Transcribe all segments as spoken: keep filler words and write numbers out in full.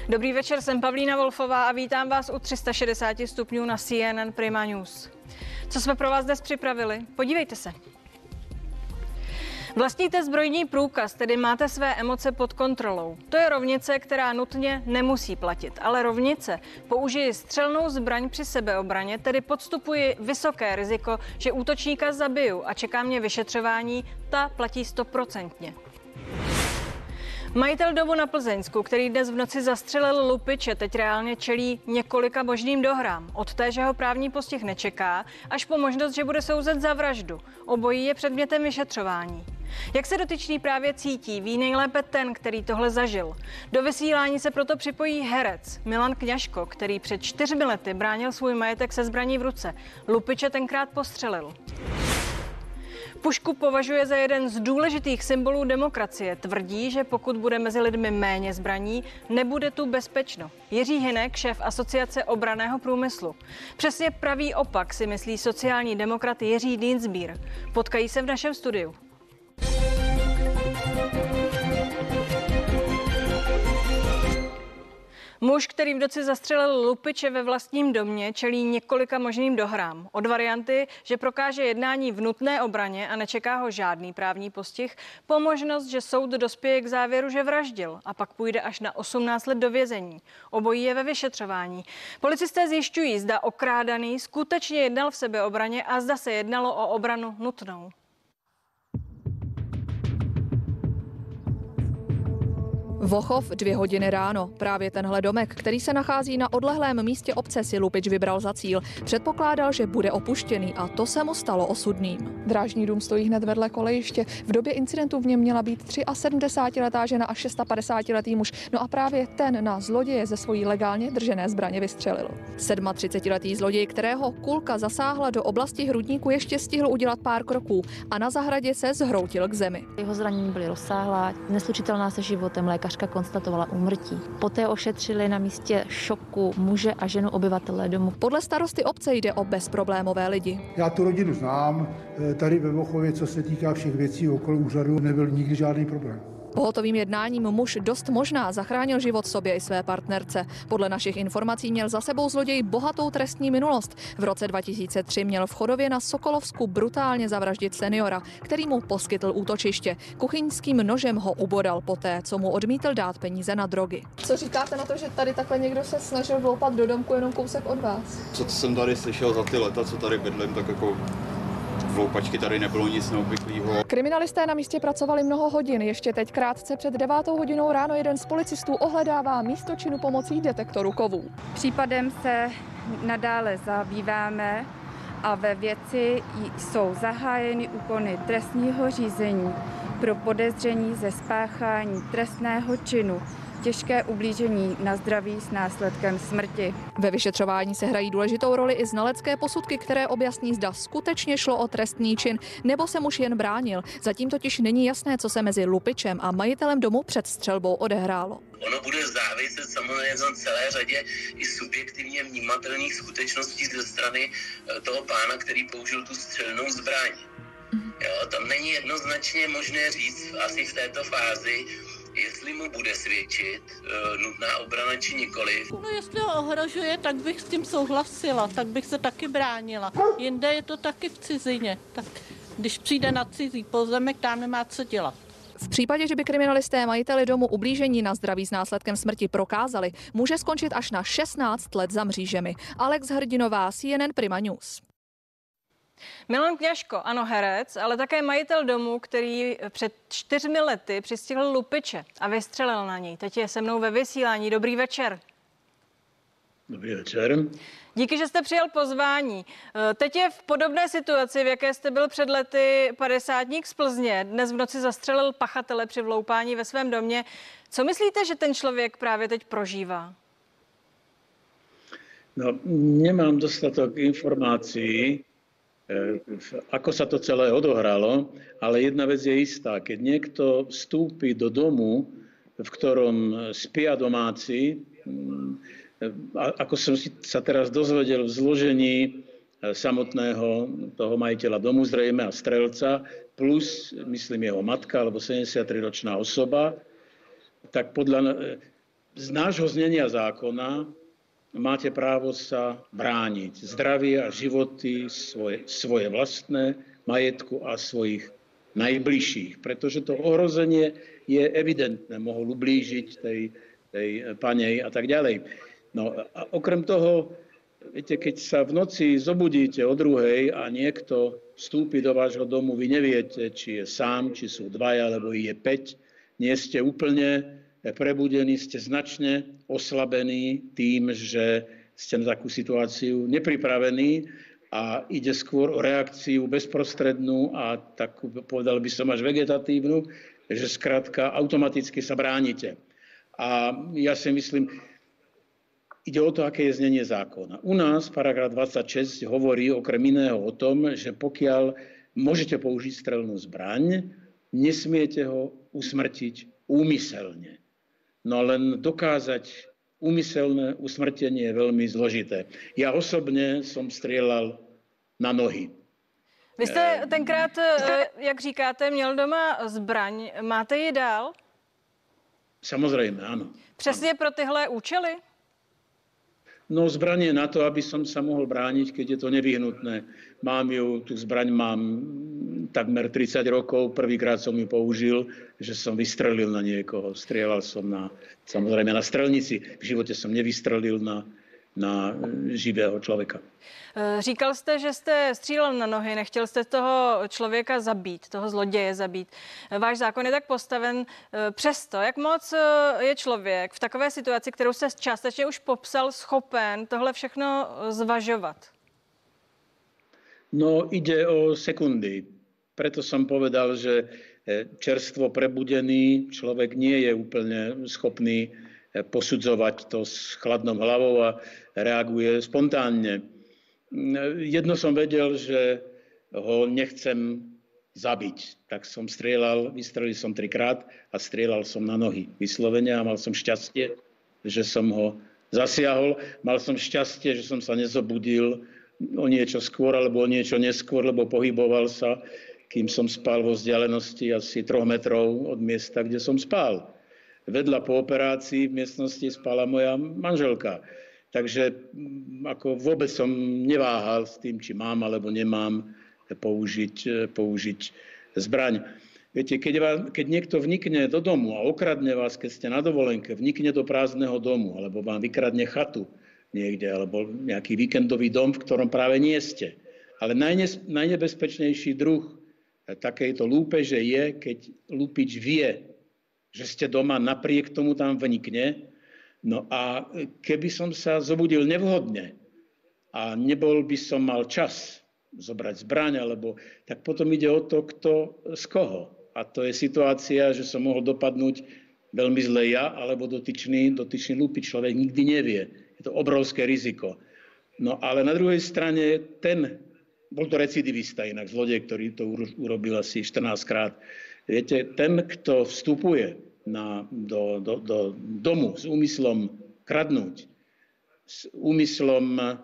Dobrý večer, jsem Pavlína Wolfová a vítám vás u tři sta šedesát stupňů na C N N Prima News. Co jsme pro vás dnes připravili? Podívejte se. Vlastníte zbrojní průkaz, tedy máte své emoce pod kontrolou. To je rovnice, která nutně nemusí platit, ale rovnice použiji střelnou zbraň při sebeobraně, tedy podstupuji vysoké riziko, že útočníka zabiju a čeká mě vyšetřování, ta platí stoprocentně. Majitel domu na Plzeňsku, který dnes v noci zastřelil lupiče, teď reálně čelí několika možným dohrám. Od té, že ho právní postih nečeká, až po možnost, že bude souzen za vraždu. Obojí je předmětem vyšetřování. Jak se dotyčný právě cítí, ví nejlépe ten, který tohle zažil. Do vysílání se proto připojí herec Milan Kňažko, který před čtyřmi lety bránil svůj majetek se zbraní v ruce. Lupiče tenkrát postřelil. Pušku považuje za jeden z důležitých symbolů demokracie. Tvrdí, že pokud bude mezi lidmi méně zbraní, nebude tu bezpečno. Jiří Hynek, šéf Asociace obranného průmyslu. Přesně pravý opak si myslí sociální demokrat Jiří Dienstbier. Potkají se v našem studiu. Muž, který v noci zastřelil lupiče ve vlastním domě, čelí několika možným dohrám. Od varianty, že prokáže jednání v nutné obraně a nečeká ho žádný právní postih, po možnost, že soud dospěje k závěru, že vraždil a pak půjde až na osmnáct let do vězení. Obojí je ve vyšetřování. Policisté zjišťují, zda okrádaný skutečně jednal v sebeobraně a zda se jednalo o obranu nutnou. Vochov, dvě hodiny ráno. Právě tenhle domek, který se nachází na odlehlém místě obce, si lupič vybral za cíl. Předpokládal, že bude opuštěný a to se mu stalo osudným. Drážní dům stojí hned vedle kolejiště. V době incidentu v něm měla být sedmdesátiletá žena a šedesátiletý muž. No a právě ten na zloděje ze svojí legálně držené zbraně vystřelil. třicetisedmiletý zloděj, kterého kulka zasáhla do oblasti hrudníku, ještě stihl udělat pár kroků a na zahradě se zhroutil k zemi. Jeho zranění byly rozsáhlá, neslučitelná se životem, lékař konstatovala úmrtí. Poté ošetřili na místě šoku muže a ženu obyvatelé domu. Podle starosty obce jde o bezproblémové lidi. Já tu rodinu znám, tady ve Vochově, co se týká všech věcí okolo úřadu, nebyl nikdy žádný problém. Pohotovým jednáním muž dost možná zachránil život sobě i své partnerce. Podle našich informací měl za sebou zloděj bohatou trestní minulost. V roce dva tisíce tři měl v Chodově na Sokolovsku brutálně zavraždit seniora, který mu poskytl útočiště. Kuchyňským nožem ho ubodal poté, co mu odmítl dát peníze na drogy. Co říkáte na to, že tady takhle někdo se snažil vloupat do domku jenom kousek od vás? Co jsem tady slyšel za ty leta, co tady bydlím, tak jako vloupačky tady nebylo nic neobvyklého. Kriminalisté na místě pracovali mnoho hodin. Ještě teď krátce před devátou hodinou ráno jeden z policistů ohledává místo činu pomocí detektoru kovů. Případem se nadále zabýváme a ve věci jsou zahájeny úkony trestního řízení pro podezření ze spáchání trestného činu těžké ublížení na zdraví s následkem smrti. Ve vyšetřování se hrají důležitou roli i znalecké posudky, které objasní, zda skutečně šlo o trestný čin, nebo se muž jen bránil. Zatím totiž není jasné, co se mezi lupičem a majitelem domu před střelbou odehrálo. Ono bude záviset samozřejmě na celé řadě i subjektivně vnímatelných skutečností ze strany toho pána, který použil tu střelnou zbraň. Jo, tam není jednoznačně možné říct asi v této fázi, jestli mu bude svědčit uh, nutná obrana či nikoliv. No jestli ho ohrožuje, tak bych s tím souhlasila, tak bych se taky bránila. Jinde je to taky v cizině, tak když přijde na cizí pozemek, tam nemá co dělat. V případě, že by kriminalisté majiteli domu ublížení na zdraví s následkem smrti prokázali, může skončit až na šestnáct let za mřížemi. Alex Hrdinová, C N N Prima News. Milan Kňažko, ano herec, ale také majitel domu, který před čtyřmi lety přistihl lupiče a vystřelil na něj. Teď je se mnou ve vysílání. Dobrý večer. Dobrý večer. Díky, že jste přijal pozvání. Teď je v podobné situaci, v jaké jste byl před lety padesátník z Plzně. Dnes v noci zastřelil pachatele při vloupání ve svém domě. Co myslíte, že ten člověk právě teď prožívá? No, nemám dostatok informácií, ako sa to celé odohralo, ale jedna vec je istá. Keď niekto vstúpi do domu, v ktorom spia domáci, ako som sa teraz dozvedel v zložení samotného toho majiteľa domu, zrejme a strelca, plus, myslím, jeho matka alebo sedemdesiatriročná osoba, tak podľa z nášho znenia zákona máte právo sa brániť. Zdravie a životy svoje, svoje vlastné, majetku a svojich najbližších. Pretože to ohrozenie je evidentné. Mohol ublížiť tej, tej panej a tak ďalej. No a okrem toho, viete, keď sa v noci zobudíte o druhej a niekto vstúpi do vášho domu, vy neviete, či je sám, či sú dvaja, alebo je päť, nie ste úplne prebudení, ste značne oslabení tým, že ste na takú situáciu nepripravení a ide skôr o reakciu bezprostrednú a takú, povedal by som, až vegetatívnu, že skrátka automaticky sa bránite. A ja si myslím, ide o to, aké je znenie zákona. U nás paragraf dvadsaťšesť hovorí okrem iného o tom, že pokiaľ môžete použiť strelnú zbraň, nesmiete ho usmrtiť úmyselne. No len dokázať úmyselné usmrtenie je veľmi zložité. Ja osobne som strieľal na nohy. Vy jste tenkrát, jak říkáte, měl doma zbraň. Máte ji dál? Samozrejme, áno. Přesně pro tyhle účely? No zbraň je na to, aby som sa mohol brániť, keď je to nevyhnutné. Mám ju, tú zbraň mám takmer tridsať rokov. Prvýkrát som ju použil, že som vystrelil na niekoho. Strieľal som na, samozrejme na strelnici. V živote som nevystrelil na, na živého člověka. Říkal jste, že jste střílel na nohy, nechtěl jste toho člověka zabít, toho zloděje zabít. Váš zákon je tak postaven přesto. Jak moc je člověk v takové situaci, kterou jste částečně už popsal, schopen tohle všechno zvažovat? No, ide o sekundy. Preto som povedal, že čerstvo prebudený človek nie je úplne schopný posudzovať to s chladnou hlavou a reaguje spontánne. Jedno som vedel, že ho nechcem zabiť. Tak som strieľal, vystrelil som trikrát a strieľal som na nohy vyslovene a mal som šťastie, že som ho zasiahol. Mal som šťastie, že som sa nezobudil o niečo skôr alebo o niečo neskôr, lebo pohyboval sa, kým som spal vo vzdialenosti asi troch metrov od miesta, kde som spal. Vedľa po operácii v miestnosti spala moja manželka. Takže ako vôbec som neváhal s tým, či mám alebo nemám použiť, použiť zbraň. Viete, keď, vás, keď niekto vnikne do domu a okradne vás, keď ste na dovolenke, vnikne do prázdneho domu, alebo vám vykradne chatu niekde, alebo nejaký víkendový dom, v ktorom práve nie ste. Ale najne, najnebezpečnejší druh takejto lúpeže je, keď lúpič vie, že ste doma, napriek tomu tam vnikne. No a keby som sa zobudil nevhodne a nebol by som mal čas zobrať zbraň, alebo, tak potom ide o to, kto z koho. A to je situácia, že som mohol dopadnúť veľmi zle ja, alebo dotyčný, dotyčný lúpič. Človek nikdy nevie. Je to obrovské riziko. No ale na druhej strane ten, bol to recidivista inak, zlodej, ktorý to urobil asi štrnásťkrát. Viete, ten, kto vstupuje na, do, do, do domu s úmyslom kradnúť, s úmyslom e,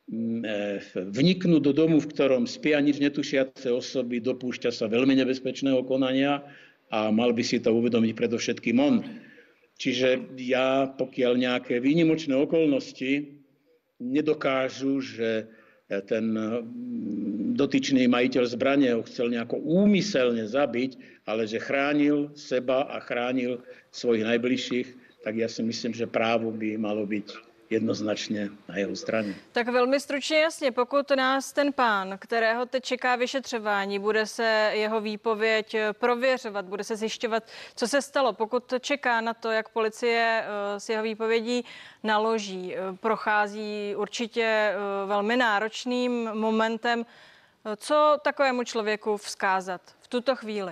vniknúť do domu, v ktorom spia nič netušiace osoby, dopúšťa sa veľmi nebezpečného konania a mal by si to uvedomiť predovšetkým on. Čiže ja, pokiaľ nejaké výnimočné okolnosti nedokážu, že ten dotyčný majiteľ zbrane ho chcel nejako úmyselne zabiť, ale že chránil seba a chránil svojich najbližších, tak ja si myslím, že právo by malo byť jednoznačně na jeho straně. Tak velmi stručně jasně, pokud nás ten pán, kterého teď čeká vyšetřování, bude se jeho výpověď prověřovat, bude se zjišťovat, co se stalo, pokud čeká na to, jak policie s jeho výpovědí naloží, prochází určitě velmi náročným momentem, co takovému člověku vzkázat v tuto chvíli?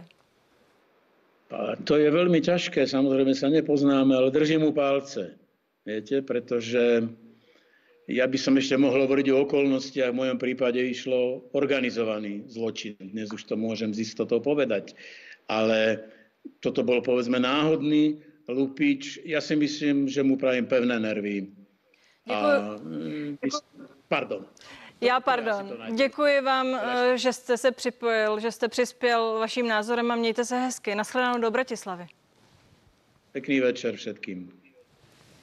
A to je veľmi ťažké, samozrejme sa nepoznáme, ale držím mu palce. Viete, pretože ja by som ešte mohol hovoriť o okolnostiach, v mojom prípade išlo organizovaný zločin. Dnes už to môžem z istotou povedať. Ale toto bol, povedzme, náhodný lupič. Ja si myslím, že mu pravím pevné nervy. A, pardon. Já pardon. Děkuji vám, že jste se připojil, že jste přispěl vaším názorem a mějte se hezky. Nashledanou do Bratislavy. Pekný večer všetkým.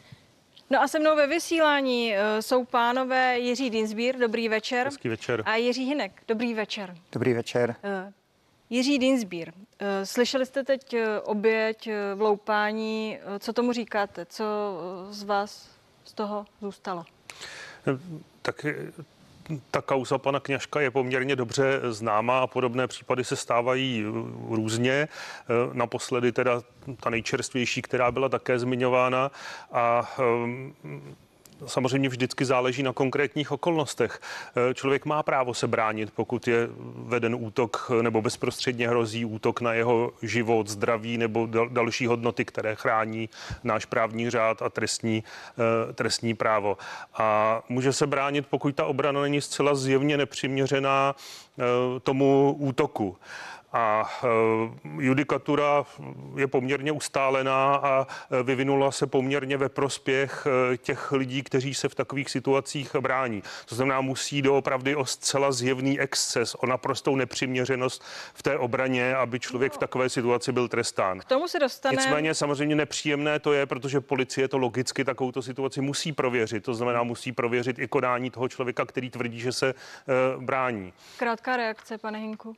No a se mnou ve vysílání jsou pánové Jiří Dienstbier, dobrý večer. Hezký večer. A Jiří Hynek, dobrý večer. Dobrý večer. Jiří Dienstbier, slyšeli jste teď oběť vloupání, co tomu říkáte, co z vás z toho zůstalo? Tak ta kauza pana Kňažka je poměrně dobře známá a podobné případy se stávají různě. Naposledy teda ta nejčerstvější, která byla také zmiňována, a samozřejmě vždycky záleží na konkrétních okolnostech. Člověk má právo se bránit, pokud je veden útok nebo bezprostředně hrozí útok na jeho život, zdraví nebo dal- další hodnoty, které chrání náš právní řád a trestní, trestní právo. A může se bránit, pokud ta obrana není zcela zjevně nepřiměřená tomu útoku. A judikatura je poměrně ustálená a vyvinula se poměrně ve prospěch těch lidí, kteří se v takových situacích brání. To znamená, musí doopravdy o zcela zjevný exces, o naprostou nepřiměřenost v té obraně, aby člověk v takové situaci byl trestán. K tomu se dostane. Nicméně samozřejmě nepříjemné to je, protože policie to logicky takovouto situaci musí prověřit. To znamená, musí prověřit i konání toho člověka, který tvrdí, že se uh, brání. Krátká reakce, pane Hynku.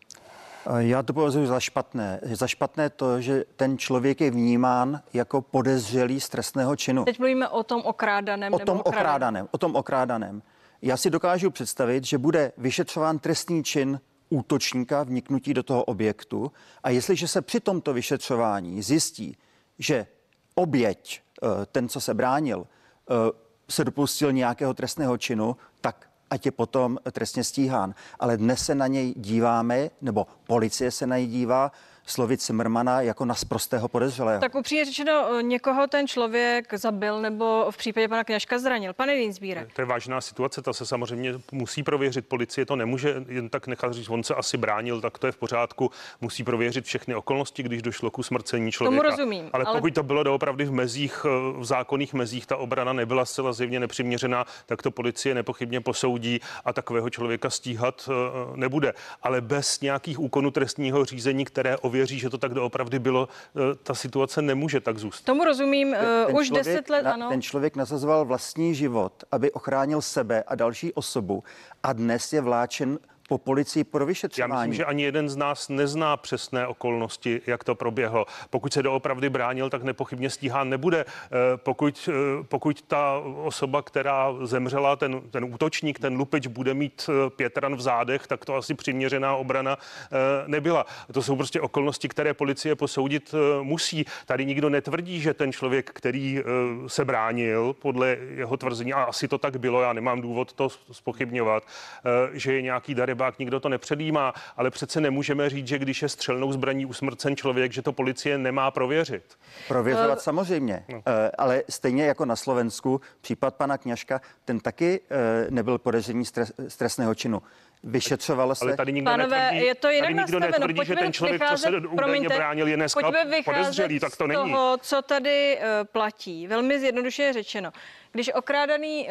Já to považuji za špatné. Za špatné to, že ten člověk je vnímán jako podezřelý z trestného činu. Teď mluvíme o tom okrádaném. O nebo tom okrádaném. okrádaném. O tom okrádaném. Já si dokážu představit, že bude vyšetřován trestný čin útočníka, vniknutí do toho objektu, a jestliže se při tomto vyšetřování zjistí, že oběť, ten, co se bránil, se dopustil nějakého trestného činu, tak ať je potom trestně stíhán. Ale dnes se na něj díváme, nebo policie se na něj dívá, slovy Cimrmana jako na sprostého podezřelého. Tak upřímně řečeno, někoho ten člověk zabil nebo v případě pana Kňažka zranil. Pane Dienstbiere. To je vážná situace, ta se samozřejmě musí prověřit. Policie to nemůže jen tak nechat říct, on se asi bránil, tak to je v pořádku. Musí prověřit všechny okolnosti, když došlo k usmrcení člověka. Tomu rozumím. Ale, ale pokud to bylo doopravdy v mezích, v zákonných mezích, ta obrana nebyla zcela zjevně nepřiměřená, tak to policie nepochybně posoudí a takového člověka stíhat nebude. Ale bez nějakých úkonů trestního řízení, které věří, že to tak doopravdy bylo, ta situace nemůže tak zůstat. Tomu rozumím, ten už deset let, na, ano. Ten člověk nasazoval vlastní život, aby ochránil sebe a další osobu, a dnes je vláčen po policii pro vyšetřování. Já myslím, že ani jeden z nás nezná přesné okolnosti, jak to proběhlo. Pokud se doopravdy bránil, tak nepochybně stíhán nebude. Pokud, pokud ta osoba, která zemřela, ten, ten útočník, ten lupič, bude mít pět ran v zádech, tak to asi přiměřená obrana nebyla. To jsou prostě okolnosti, které policie posoudit musí. Tady nikdo netvrdí, že ten člověk, který se bránil podle jeho tvrzení, a asi to tak bylo, já nemám důvod to zpochybňovat, že je nějaký dar darebák, nikdo to nepředjímá, ale přece nemůžeme říct, že když je střelnou zbraní usmrcen člověk, že to policie nemá prověřit. Prověřovat uh, samozřejmě, no. uh, ale stejně jako na Slovensku, případ pana Kňažka, ten taky uh, nebyl podezření z trestného činu. Vyšetřovalo se. Ale tady nikdo Pánové, netvrdí, je to jinak tady nikdo nastaveno. netvrdí, že ten člověk, co se údajně bránil, je dneska podezřelý, tak to není. Z toho, co tady uh, platí, velmi zjednodušeně řečeno. Když okrádaný uh,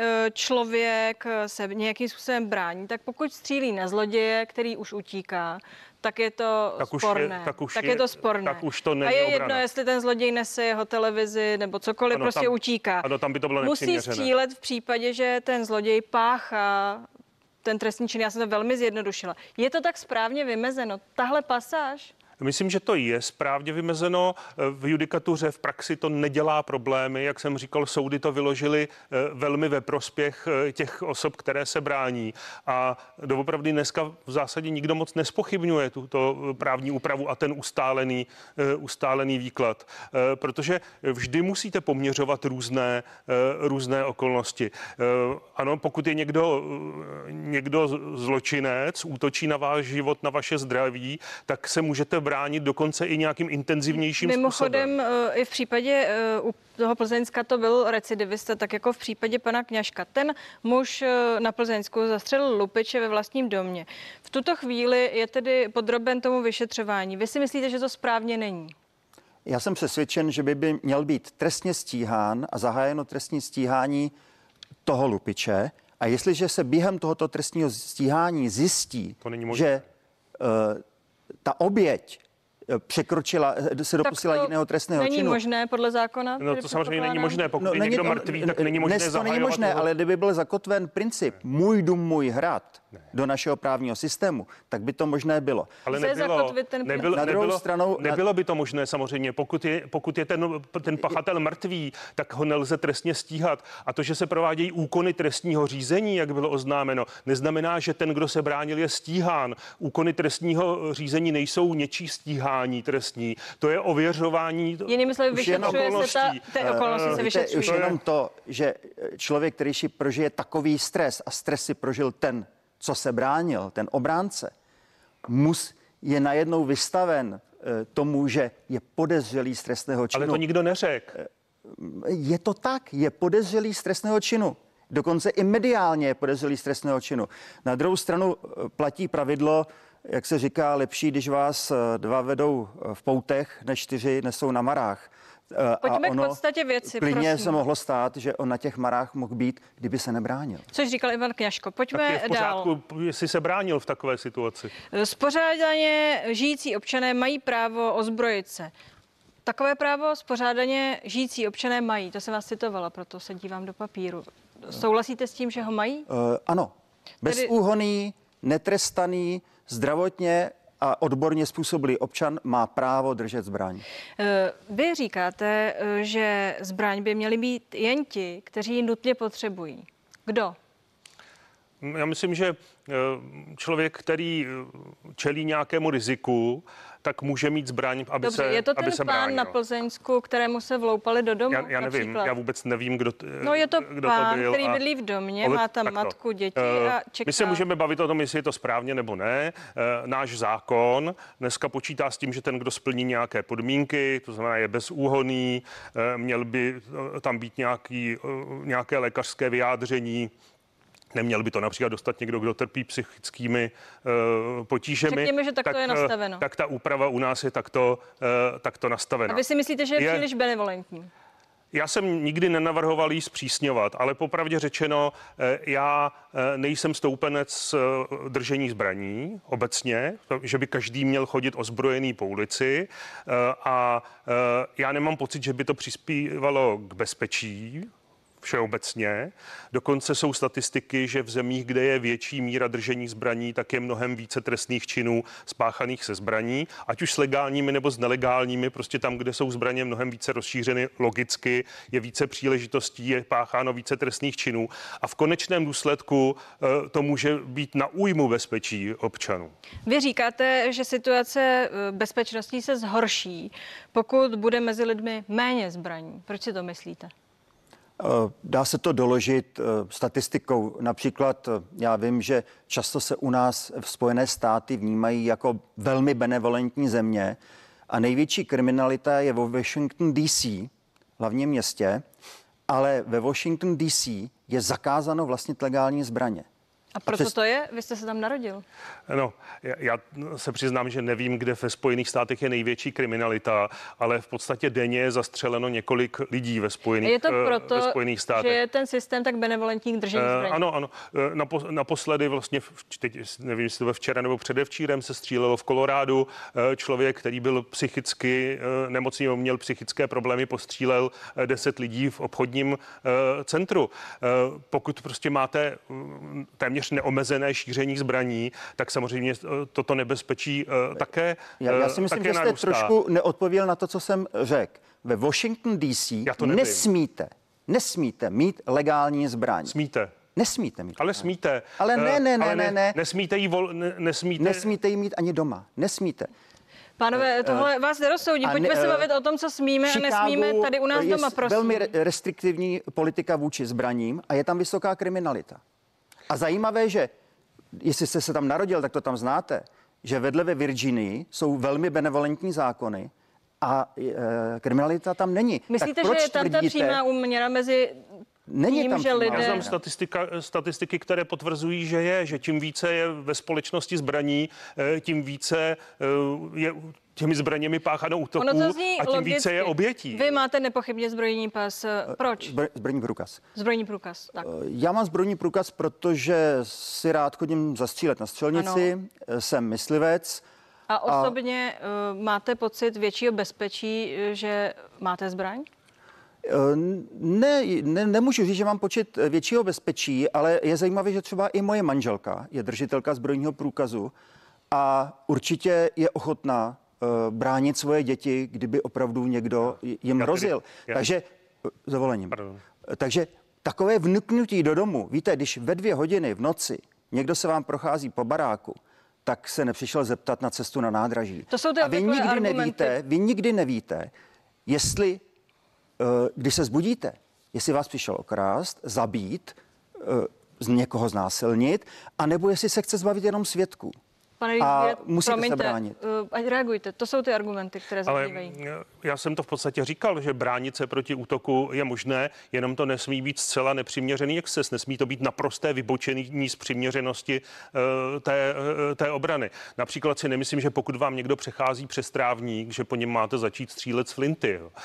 člověk se nějakým způsobem brání, tak pokud střílí na zloděje, který už utíká, tak je to tak sporné. Je, tak už tak je, je to sporné. Tak už to není a je obrana. jedno, jestli ten zloděj nese jeho televizi nebo cokoliv, ano, prostě tam, utíká. Ano, tam by to bylo Musí střílet v případě, že ten zloděj páchá ten trestný čin. Já jsem to velmi zjednodušila. Je to tak správně vymezeno? Tahle pasáž? Myslím, že to je správně vymezeno. V judikatuře v praxi to nedělá problémy. Jak jsem říkal, soudy to vyložily velmi ve prospěch těch osob, které se brání. A doopravdy dneska v zásadě nikdo moc nespochybňuje tuto právní úpravu a ten ustálený, ustálený výklad. Protože vždy musíte poměřovat různé, různé okolnosti. Ano, pokud je někdo, někdo zločinec, útočí na váš život, na vaše zdraví, tak se můžete bránit dokonce i nějakým intenzivnějším Mimochodem, způsobem. Mimochodem i v případě u toho Plzeňska to byl recidivista, tak jako v případě pana Kňažka. Ten muž na Plzeňsku zastřelil lupiče ve vlastním domě. V tuto chvíli je tedy podroben tomu vyšetřování. Vy si myslíte, že to správně není? Já jsem přesvědčen, že by, by měl být trestně stíhán a zahájeno trestní stíhání toho lupiče. A jestliže se během tohoto trestního stíhání zjistí, že uh, ta oběť překročila, se dopustila jiného trestného není činu. Není možné podle zákona? No to samozřejmě není možné, pokud no, je není, někdo mrtvý, tak není možné dnes to není možné, toho. ale kdyby byl zakotven princip můj dům, můj hrad ne. do našeho právního systému, tak by to možné bylo. Ale nebylo, ten nebylo, na druhou nebylo, stranu, nebylo by to možné samozřejmě, pokud je, pokud je ten, ten pachatel mrtvý, tak ho nelze trestně stíhat. A to, že se provádějí úkony trestního řízení, jak bylo oznámeno, neznamená, že ten, kdo se bránil, je stíhán. Úkony trestního řízení nejsou něčí stíhání trestní. To je ověřování. Jinými slovy, vyšetřuje se ta, ty okolnosti se vyšetřují. Už jenom to, že člověk, který si prožije takový stres a stres si prožil ten, co se bránil, ten obránce, mus je najednou vystaven tomu, že je podezřelý z trestného činu. Ale to nikdo neřekl. Je to tak, je podezřelý z trestného činu. Dokonce i mediálně je podezřelý z trestného činu. Na druhou stranu platí pravidlo, jak se říká, lepší, když vás dva vedou v poutech, než čtyři nesou na marách. Pojďme a ono k podstatě věci, klidně prosím. se mohlo stát, že on na těch marách mohl být, kdyby se nebránil. Což říkal Ivan Kňažko. Pojďme tak je v pořádku, dál. jestli se bránil v takové situaci. Spořádaně žijící občané mají právo ozbrojit se. Takové právo spořádaně žijící občané mají. To jsem vás citovala, proto se dívám do papíru. Souhlasíte s tím, že ho mají? Uh, ano. Bezúhonný, netrestaný, zdravotně a odborně způsobilý občan má právo držet zbraň. Vy říkáte, že zbraň by měli být jen ti, kteří ji nutně potřebují. Kdo? Já myslím, že člověk, který čelí nějakému riziku, tak může mít zbraň, aby Dobře, se je to aby ten se pán bránil. na Plzeňsku, kterému se vloupali do domu? Já, já nevím, například. já vůbec nevím, kdo, t, No je to kdo pán, to byl. který a... bydlí v domě, ale, má tam takto. matku, děti a čeká. My se můžeme bavit o tom, jestli je to správně nebo ne. Náš zákon dneska počítá s tím, že ten, kdo splní nějaké podmínky, to znamená je bezúhonný, měl by tam být nějaký, nějaké lékařské vyjádření, neměl by to například dostat někdo, kdo trpí psychickými uh, potížemi. Řekněme, že tak to je nastaveno. Tak ta úprava u nás je takto, uh, takto nastavena. A vy si myslíte, že je, je příliš benevolentní? Já jsem nikdy nenavrhoval jí zpřísňovat, ale popravdě řečeno, já nejsem stoupenec držení zbraní obecně, že by každý měl chodit ozbrojený po ulici a já nemám pocit, že by to přispívalo k bezpečí všeobecně. Dokonce jsou statistiky, že v zemích, kde je větší míra držení zbraní, tak je mnohem více trestných činů spáchaných se zbraní, ať už s legálními nebo s nelegálními, prostě tam, kde jsou zbraně mnohem více rozšířeny logicky, je více příležitostí, je pácháno více trestných činů a v konečném důsledku to může být na újmu bezpečí občanů. Vy říkáte, že situace bezpečnostní se zhorší, pokud bude mezi lidmi méně zbraní. Proč si to myslíte? Dá se to doložit statistikou. Například já vím, že často se u nás v Spojené státy vnímají jako velmi benevolentní země a největší kriminalita je ve Washington D C, hlavním městě, ale ve Washington D C je zakázáno vlastnit legální zbraně. A proč přes... to je? Vy jste se tam narodil. No, já, já se přiznám, že nevím, kde ve Spojených státech je největší kriminalita, ale v podstatě denně je zastřeleno několik lidí ve Spojených, je to proto, ve Spojených státech. Že je ten systém tak benevolentní k držení zbraní? Uh, ano, ano. Napo, naposledy vlastně, teď nevím, jestli to ve včera nebo předevčírem se střílelo v Kolorádu. Člověk, který byl psychicky nemocný, měl psychické problémy, postřílel deset lidí v obchodním uh, centru. Uh, pokud prostě máte téměř neomezené šíření zbraní, tak samozřejmě toto nebezpečí uh, také Já, já si myslím, že jste narůstá. trošku neodpověděl na to, co jsem řekl. Ve Washington D C nesmíte, nesmíte mít legální zbraň. Smíte. Nesmíte mít. Ale smíte. Ale ne, ne, ne, ale ne, ne. Nesmíte jí vol, ne, nesmíte. Nesmíte jí mít ani doma. Nesmíte. Pánové, tohle vás nerozsoudí. Pojďme ne, se bavit o tom, co smíme a nesmíme tady u nás doma, prosím. Velmi restriktivní politika vůči zbraním a je tam vysoká kriminalita. A zajímavé, že jestli jste se tam narodil, tak to tam znáte, že vedle ve Virginii jsou velmi benevolentní zákony a e, kriminalita tam není. Myslíte, tak proč že je tam tvrdíte, ta přímá úměra mezi není tím, tam že lidé... Já znám statistika, statistiky, které potvrzují, že je, že čím více je ve společnosti zbraní, tím více je těmi zbraněmi páchanou útoků a tím logicky. Více je obětí. Vy máte nepochybně zbrojní pas. Proč? Zbr- zbrojní průkaz. Zbrojní průkaz, tak. Já mám zbrojní průkaz, protože si rád chodím zastřílet na střelnici, ano. Jsem myslivec. A A osobně a... máte pocit většího bezpečí, že máte zbraň? Ne, ne, nemůžu říct, že mám pocit většího bezpečí, ale je zajímavé, že třeba i moje manželka je držitelka zbrojního průkazu a určitě je ochotná uh, bránit svoje děti, kdyby opravdu někdo jim hrozil. Takže, zavolením. Pardon. Takže takové vnuknutí do domu, víte, když ve dvě hodiny v noci někdo se vám prochází po baráku, tak se nepřišel zeptat na cestu na nádraží. To jsou ty a vy nikdy argumenty. nevíte, vy nikdy nevíte, jestli když se zbudíte, jestli vás přišel okrást, zabít, z někoho znásilnit, anebo jestli se chce zbavit jenom svědků. Pane a Riesgere, musíte promiňte, se bránit. Ať reagujte, to jsou ty argumenty, které zaznívají. Ale já jsem to v podstatě říkal, že bránit se proti útoku je možné, jenom to nesmí být zcela nepřiměřený exces, nesmí to být naprosté vybočení z přiměřenosti uh, té, uh, té obrany. Například si nemyslím, že pokud vám někdo přechází přes trávník, že po něm máte začít střílet z flinty. Uh,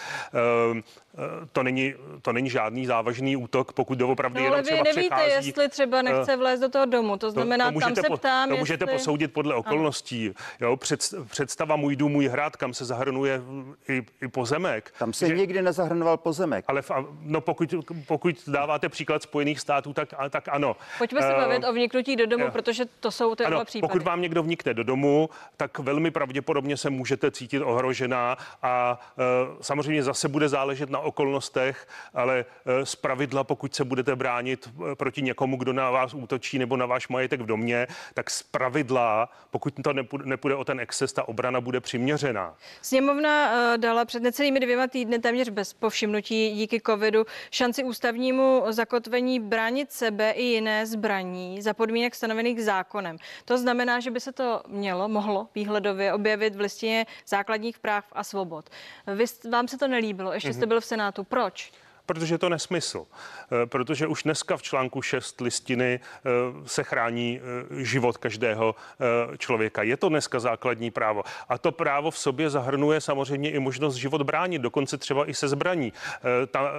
To není, to není žádný závažný útok, pokud doopravdy no, jenom třeba nevíte, přechází. jestli třeba nechce vlézt do toho domu, to znamená, to, to tam se po, ptám, To jestli... můžete posoudit podle okolností. Jo, před, představa můj dům, můj hrad, kam se zahrnuje i, i pozemek. Tam se že, nikdy nezahrnoval pozemek. Ale v, no, pokud, pokud dáváte příklad Spojených států, tak, tak ano. Pojďme se bavit uh, o vniknutí do domu, uh, protože to jsou ty oba případy. Pokud vám někdo vnikne do domu, tak velmi pravděpodobně se můžete cítit ohrožená a uh, samozřejmě zase bude záležet na okolnostech, ale z pravidla, pokud se budete bránit proti někomu, kdo na vás útočí nebo na váš majetek v domě, tak z pravidla, pokud to nepůjde o ten exces, ta obrana bude přiměřená. Sněmovna dala před necelými dvěma týdny téměř bez povšimnutí díky covidu šanci ústavnímu zakotvení bránit sebe i jiné zbraní za podmínek stanovených zákonem. To znamená, že by se to mělo, mohlo výhledově objevit v listině základních práv a svobod. Vy, vám se to nelíbilo, ještě jste byl v Senátu. Proč? Protože je to nesmysl. Protože už dneska v článku šest listiny se chrání život každého člověka. Je to dneska základní právo. A to právo v sobě zahrnuje samozřejmě i možnost život bránit, dokonce třeba i se zbraní. Ta,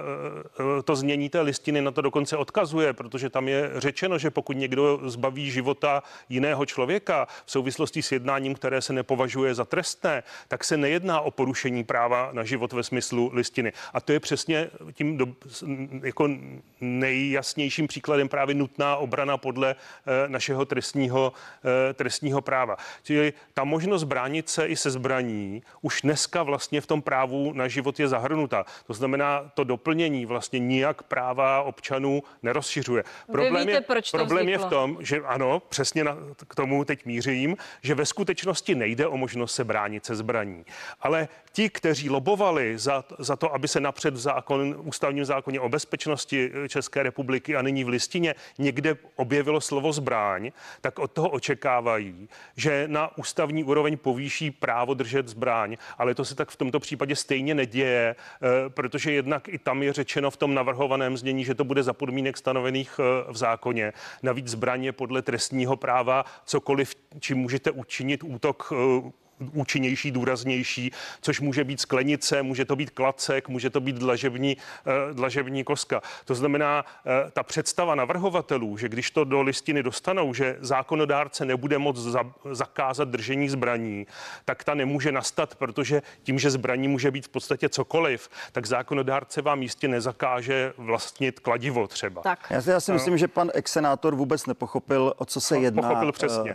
to znění té listiny na to dokonce odkazuje, protože tam je řečeno, že pokud někdo zbaví života jiného člověka v souvislosti s jednáním, které se nepovažuje za trestné, tak se nejedná o porušení práva na život ve smyslu listiny. A to je přesně tím do, jako nejjasnějším příkladem právě nutná obrana podle e, našeho trestního, e, trestního práva. Čili ta možnost bránit se i se zbraní už dneska vlastně v tom právu na život je zahrnuta. To znamená, to doplnění vlastně nijak práva občanů nerozšiřuje. Problém, víte, je, proč to problém je v vzniklo? tom, že ano, přesně na, k tomu teď mířím, že ve skutečnosti nejde o možnost se bránit se zbraní. Ale ti, kteří lobovali za, za to, aby se napřed v zákon, ústavním zákoně o bezpečnosti České republiky a nyní v listině někde objevilo slovo zbraň, tak od toho očekávají, že na ústavní úroveň povýší právo držet zbraň, ale to se tak v tomto případě stejně neděje, protože jednak i tam je řečeno v tom navrhovaném znění, že to bude za podmínek stanovených v zákoně. Navíc zbraně podle trestního práva cokoliv, čím můžete učinit útok účinnější, důraznější, což může být sklenice, může to být klacek, může to být dlažební, dlažební koska. To znamená, ta představa navrhovatelů, že když to do listiny dostanou, že zákonodárce nebude moct za, zakázat držení zbraní, tak ta nemůže nastat, protože tím, že zbraní může být v podstatě cokoliv, tak zákonodárce vám jistě nezakáže vlastnit kladivo třeba. Tak. Já si, já si myslím, že pan exsenátor vůbec nepochopil, o co se jedná. Pochopil přesně.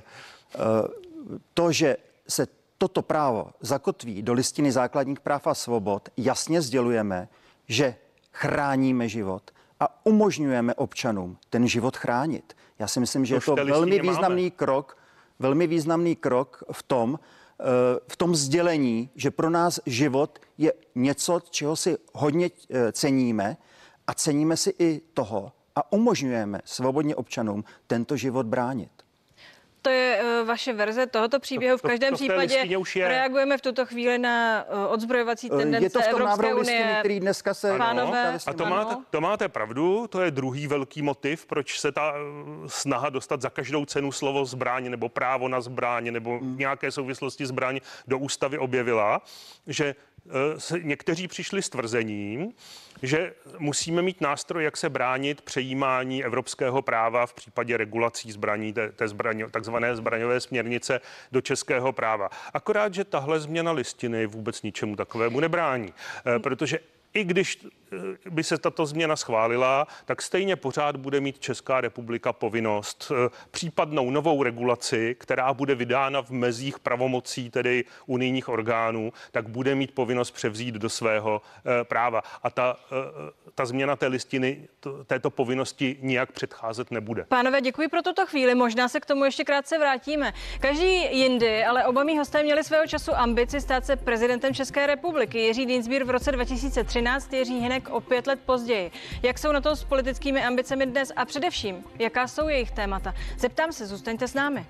To, že se toto právo zakotví do listiny základních práv a svobod, jasně sdělujeme, že chráníme život a umožňujeme občanům ten život chránit. Já si myslím, že je to velmi významný máme. krok, velmi významný krok v tom, v tom sdělení, že pro nás život je něco, čeho si hodně ceníme a ceníme si i toho a umožňujeme svobodně občanům tento život bránit. To je uh, vaše verze tohoto příběhu. V každém to, to, to případě reagujeme v tuto chvíli na uh, odzbrojovací tendence je to v tom Evropské unie. Listiny, který dneska se... Pánové, a to máte, to máte pravdu, to je druhý velký motiv, proč se ta uh, snaha dostat za každou cenu slovo zbraň nebo právo na zbraň nebo hmm. nějaké souvislosti zbraň do ústavy objevila, že se někteří přišli s tvrzením, že musíme mít nástroj, jak se bránit přejímání evropského práva v případě regulací zbraní, té, té zbraň, takzvané zbraňové směrnice do českého práva. Akorát, že tahle změna listiny vůbec ničemu takovému nebrání, protože i když by se tato změna schválila, tak stejně pořád bude mít Česká republika povinnost případnou novou regulaci, která bude vydána v mezích pravomocí tedy unijních orgánů, tak bude mít povinnost převzít do svého práva. A ta, ta změna té listiny této povinnosti nijak předcházet nebude. Pánové, děkuji pro tuto chvíli. Možná se k tomu ještě krátce vrátíme. Každý jindy, ale oba mí hosté měli svého času ambici stát se prezidentem České republiky. Jiří Dienstbier v roce dva tisíce třináct, Jiří Hynek o pět let později. Jak jsou na to s politickými ambicemi dnes a především, jaká jsou jejich témata? Zeptám se, zůstaňte s námi.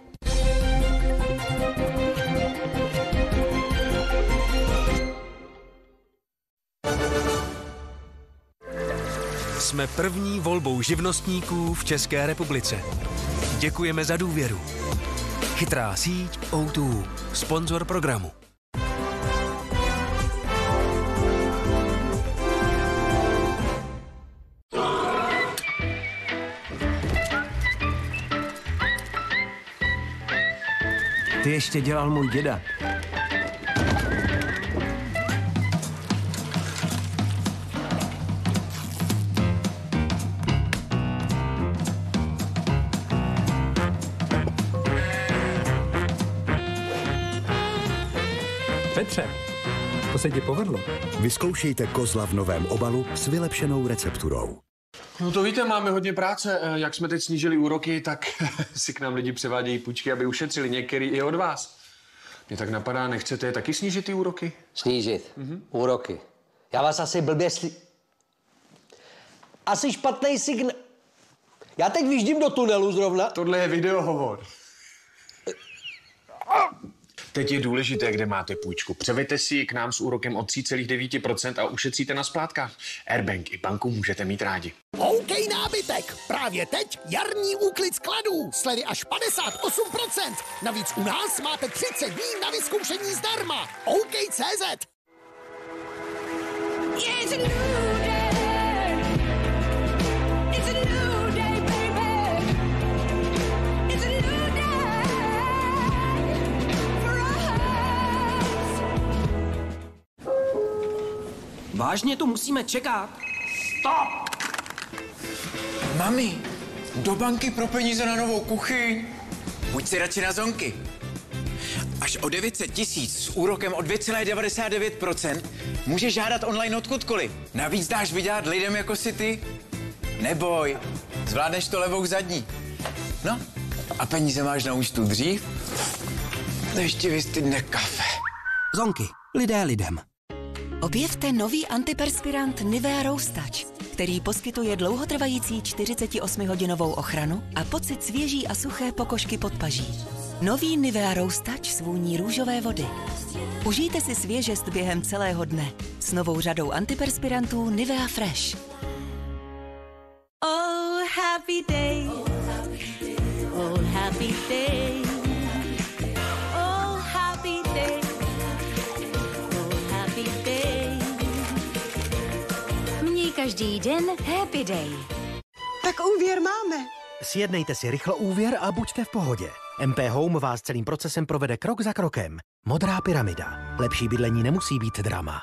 Jsme první volbou živnostníků v České republice. Děkujeme za důvěru. Chytrá síť ó dva, sponzor programu. Ty ještě dělal můj děda. Petře, to se ti povedlo. Vyzkoušejte kozla v novém obalu s vylepšenou recepturou. No to víte, máme hodně práce. Jak jsme teď snížili úroky, tak si k nám lidi převádějí půjčky, aby ušetřili, některý i od vás. Mě tak napadá, nechcete je taky snížit ty úroky? Snížit? Mhm. Úroky. Já vás asi blbě sli... Asi špatný signál. Já teď vyjíždím do tunelu zrovna. Tohle je videohovor. Teď je důležité, kde máte půjčku. Převeďte si ji k nám s úrokem od tři celá devět procenta a ušetříte na splátkách. Airbank i banku můžete mít rádi. OK nábytek. Právě teď jarní úklid skladů. Slevy až padesát osm procent. Navíc u nás máte třicet dní na vyzkoušení zdarma. OK tečka cé zet. It's a new day. It's a new day, baby. It's a new day for us. Vážně tu musíme čekat? Stop! Mami, do banky pro peníze na novou kuchyň. Buď si radši na zonky. Až o devět set tisíc s úrokem o dvě celá devadesát devět procent můžeš žádat online odkudkoliv. Navíc dáš vydělat lidem jako si ty. Neboj, zvládneš to levou zadní. No, a peníze máš na účtu dřív, než ti vystydne kafe. Zonky, lidé lidem. Objevte nový antiperspirant Nivea Rose Touch, který poskytuje dlouhotrvající čtyřicetiosmihodinovou ochranu a pocit svěží a suché pokožky pod paží. Nový Nivea Rose Touch s vůní růžové vody. Užijte si svěžest během celého dne s novou řadou antiperspirantů Nivea Fresh. Oh, happy day. Oh, happy day. Oh, happy day. Oh, happy day. Měj každý den happy day. Tak úvěr máme. Sjednejte si rychlo úvěr a buďte v pohodě. em pé Home vás celým procesem provede krok za krokem. Modrá pyramida. Lepší bydlení nemusí být drama.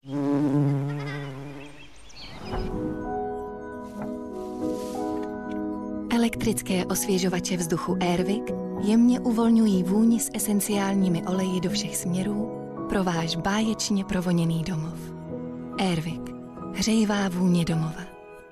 Elektrické osvěžovače vzduchu Airwick jemně uvolňují vůni s esenciálními oleji do všech směrů pro váš báječně provoněný domov. Airwick. Hřejivá vůně domova.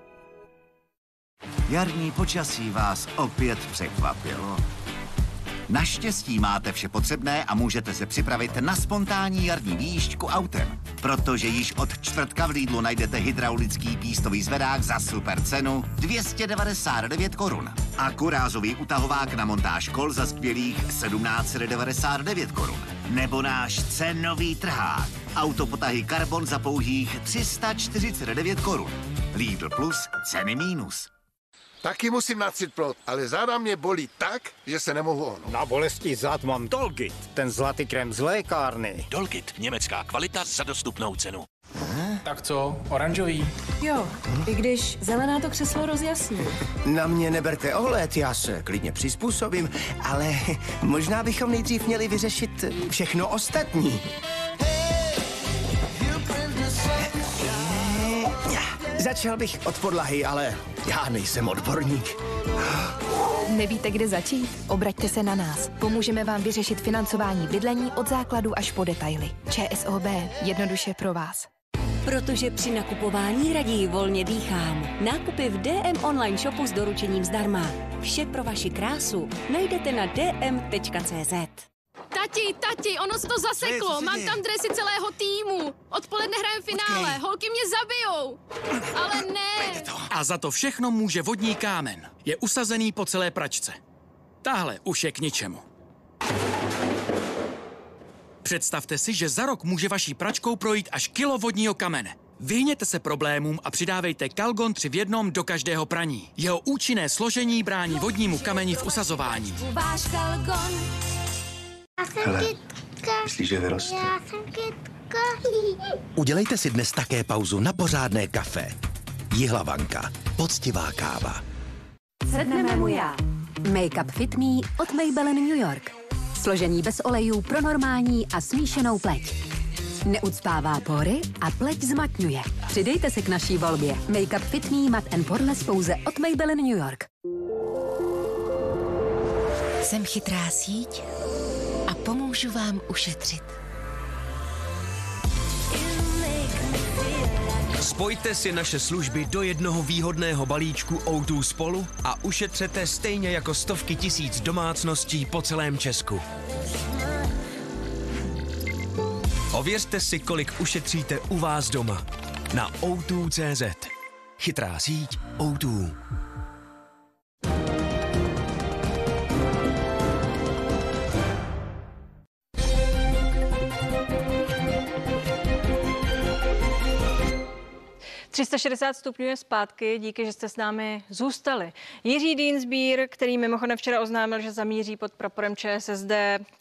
Jarní počasí vás opět překvapilo. Naštěstí máte vše potřebné a můžete se připravit na spontánní jarní výjížďku autem. Protože již od čtvrtka v Lidlu najdete hydraulický pístový zvedák za super cenu dvě stě devadesát devět korun. A kurázový utahovák na montáž kol za skvělých tisíc sedm set devadesát devět korun. Nebo náš cenový trhák. Autopotahy Carbon za pouhých tři sta čtyřicet devět korun. Lidl plus ceny mínus. Taky musím natřít plot, ale záda mě bolí tak, že se nemohu ohnout. Na bolesti zad mám Dolgit, ten zlatý krém z lékárny. Dolgit, německá kvalita za dostupnou cenu. Tak co, oranžový? Jo, i když zelená to křeslo rozjasní. Na mě neberte ohled, já se klidně přizpůsobím, ale možná bychom nejdřív měli vyřešit všechno ostatní. Začal bych od podlahy, ale já nejsem odborník. Nevíte, kde začít? Obraťte se na nás. Pomůžeme vám vyřešit financování bydlení od základu až po detaily. ČSOB. Jednoduše pro vás. Protože při nakupování raději volně dýchám. Nákupy v D M online shopu s doručením zdarma. Vše pro vaši krásu najdete na d m tečka c z. Tati, tati, ono se to zaseklo. Co je, co Mám tam dresy celého týmu. Odpoledne hrajem finále. Počkej. Holky mě zabijou. Ale ne. A za to všechno může vodní kámen. Je usazený po celé pračce. Tahle už je k ničemu. Představte si, že za rok může vaší pračkou projít až kilo vodního kamene. Vyhněte se problémům a přidávejte Calgon tři v jednom do každého praní. Jeho účinné složení brání vodnímu kameni v usazování. Váš Calgon. Já jsem Hele, kytka. myslíš, že vyroste? Já jsem kytka. Udělejte si dnes také pauzu na pořádné kafe. Jihlavanka. Poctivá káva. Sedneme mu já. Make-up Fit Me od Maybelline New York. Složení bez olejů pro normální a smíšenou pleť. Neucpává pory a pleť zmatňuje. Přidejte se k naší volbě. Make-up Fit Me Matte and Poreless pouze od Maybelline New York. Jsem chytrá síť a pomůžu vám ušetřit. Spojte si naše služby do jednoho výhodného balíčku O dva spolu a ušetřete stejně jako stovky tisíc domácností po celém Česku. Ověřte si, kolik ušetříte u vás doma na o dva tečka cé zet. Chytrá síť O dva. tři sta šedesát stupňů je zpátky, díky, že jste s námi zůstali. Jiří Dienstbier, který mimochodem včera oznámil, že zamíří pod praporem ČSSD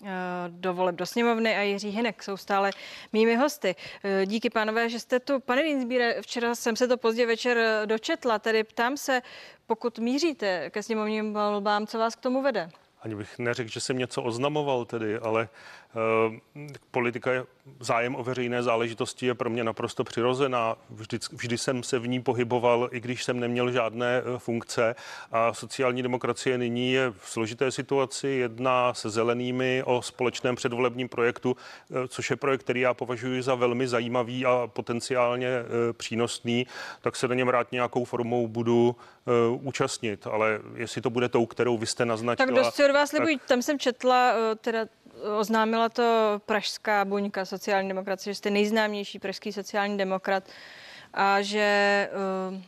do voleb do sněmovny, a Jiří Hynek jsou stále mými hosty. Díky, pánové, že jste tu. Pane Dienstbiere, včera jsem se to pozdě večer dočetla, tedy ptám se, pokud míříte ke sněmovním volbám, co vás k tomu vede? Ani bych neřekl, že jsem něco oznamoval tedy, ale uh, politika, zájem o veřejné záležitosti je pro mě naprosto přirozená. Vždy, vždy jsem se v ní pohyboval, i když jsem neměl žádné uh, funkce. A sociální demokracie nyní je v složité situaci, jedná se zelenými o společném předvolebním projektu, uh, což je projekt, který já považuji za velmi zajímavý a potenciálně uh, přínosný, tak se na něm rád nějakou formou budu uh, účastnit. Ale jestli to bude tou, kterou vy jste naznačila... Tak dost si od vás slibuji, tak... tam jsem četla, teda oznámila to pražská buňka sociální demokracie, že jste nejznámější pražský sociální demokrat a že uh,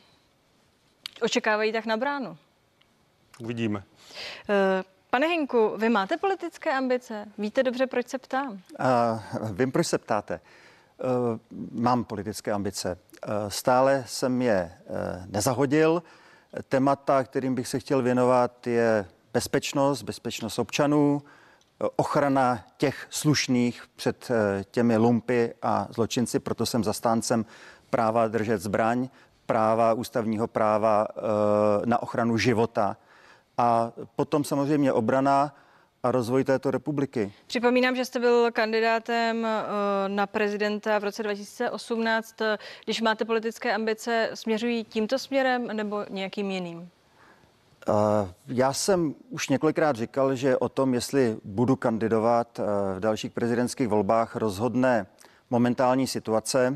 očekávají tak na bránu. Uvidíme. Uh, Pane Hynku, vy máte politické ambice? Víte dobře, proč se ptám? Uh, vím, proč se ptáte. Uh, mám politické ambice. Uh, stále jsem je uh, nezahodil. Témata, kterým bych se chtěl věnovat, je bezpečnost, bezpečnost občanů, ochrana těch slušných před těmi lumpy a zločinci, proto jsem zastáncem práva držet zbraň, práva, ústavního práva na ochranu života a potom samozřejmě obrana a rozvoj této republiky. Připomínám, že jste byl kandidátem na prezidenta v roce dva tisíce osmnáct. Když máte politické ambice, směřují tímto směrem nebo nějakým jiným? Já jsem už několikrát říkal, že o tom, jestli budu kandidovat v dalších prezidentských volbách, rozhodne momentální situace.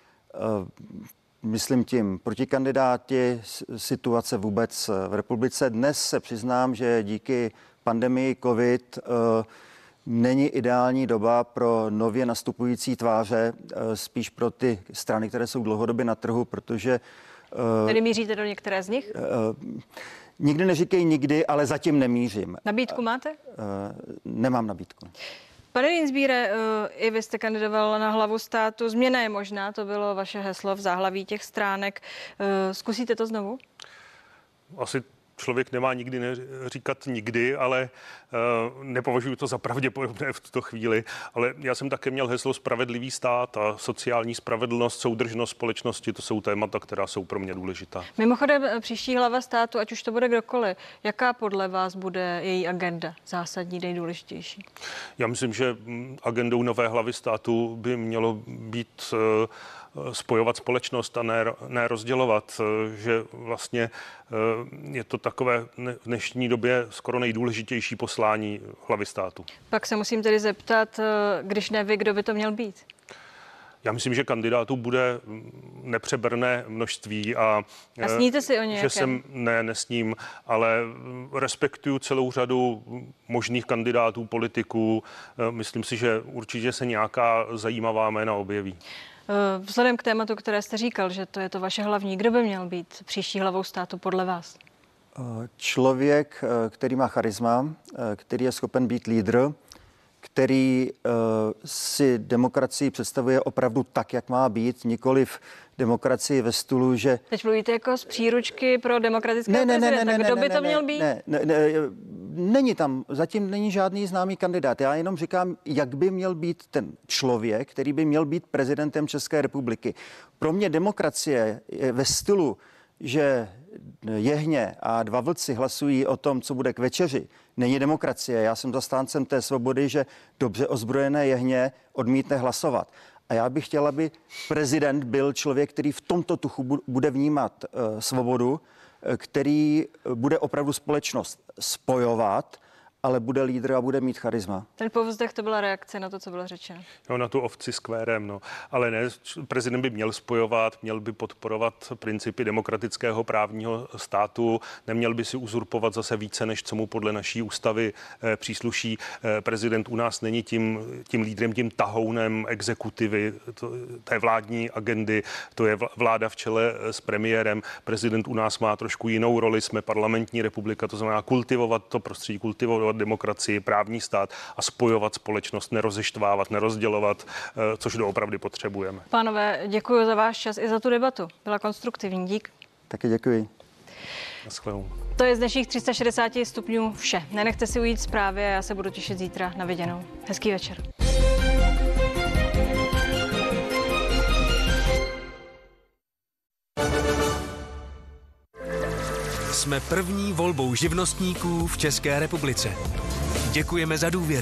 Myslím tím protikandidáti, situace vůbec v republice. Dnes se přiznám, že díky pandemii covid není ideální doba pro nově nastupující tváře, spíš pro ty strany, které jsou dlouhodobě na trhu, protože... Tedy míříte do některé z nich? Nikdy neříkej nikdy, ale zatím nemířím. Nabídku máte? Nemám nabídku. Pane Dienstbiere, i vy jste kandidoval na hlavu státu. Změna je možná, to bylo vaše heslo v záhlaví těch stránek. Zkusíte to znovu? Asi člověk nemá nikdy říkat nikdy, ale uh, nepovažuji to za pravděpodobné v tuto chvíli. Ale já jsem také měl heslo spravedlivý stát a sociální spravedlnost, soudržnost společnosti, to jsou témata, která jsou pro mě důležitá. Mimochodem příští hlava státu, ať už to bude kdokoliv, jaká podle vás bude její agenda zásadní, nejdůležitější? Já myslím, že agendou nové hlavy státu by mělo být uh, spojovat společnost a ne, ne rozdělovat, že vlastně je to takové v dnešní době skoro nejdůležitější poslání hlavy státu. Pak se musím tedy zeptat, když neví, kdo by to měl být? Já myslím, že kandidátů bude nepřeberné množství a, a sníte si o nějakém? Že jsem, ne, nesním, ale respektuju celou řadu možných kandidátů, politiků. Myslím si, že určitě se nějaká zajímavá jména objeví. Vzhledem k tématu, které jste říkal, že to je to vaše hlavní, kdo by měl být příští hlavou státu podle vás? Člověk, který má charisma, který je schopen být lídr, který uh, si demokracii představuje opravdu tak, jak má být, nikoliv demokracii ve stylu, že... Teď mluvíte jako z příručky pro demokratického ne, ne, prezidenta. ne, ne, Kdo ne, by ne, to ne, měl být? Ne, ne, ne, není tam, zatím není žádný známý kandidát. Já jenom říkám, jak by měl být ten člověk, který by měl být prezidentem České republiky. Pro mě demokracie je ve stylu, že jehně a dva vlci hlasují o tom, co bude k večeři, není demokracie. Já jsem zastáncem té svobody, že dobře ozbrojené jehně odmítne hlasovat. A já bych chtěla, aby prezident byl člověk, který v tomto tuchu bude vnímat uh, svobodu, který bude opravdu společnost spojovat, ale bude lídr a bude mít charisma. Ten povzdech, to byla reakce na to, co bylo řečeno. No, na tu ovci s kvérem, no. Ale ne, prezident by měl spojovat, měl by podporovat principy demokratického právního státu, neměl by si uzurpovat zase více, než co mu podle naší ústavy eh, přísluší. Eh, prezident u nás není tím, tím lídrem, tím tahounem exekutivy, to, té vládní agendy, to je vláda v čele s premiérem. Prezident u nás má trošku jinou roli, jsme parlamentní republika, to znamená kultivovat to prostředí, kultivovat demokracii, právní stát a spojovat společnost, nerozešťvávat, nerozdělovat, což doopravdy potřebujeme. Pánové, děkuji za váš čas i za tu debatu. Byla konstruktivní, dík. Taky děkuji. Naschledanou. To je z dnešních tři sta šedesát stupňů vše. Nenechte si ujít zprávy a já se budu těšit zítra na viděnou. Hezký večer. Jsme první volbou živnostníků v České republice. Děkujeme za důvěru.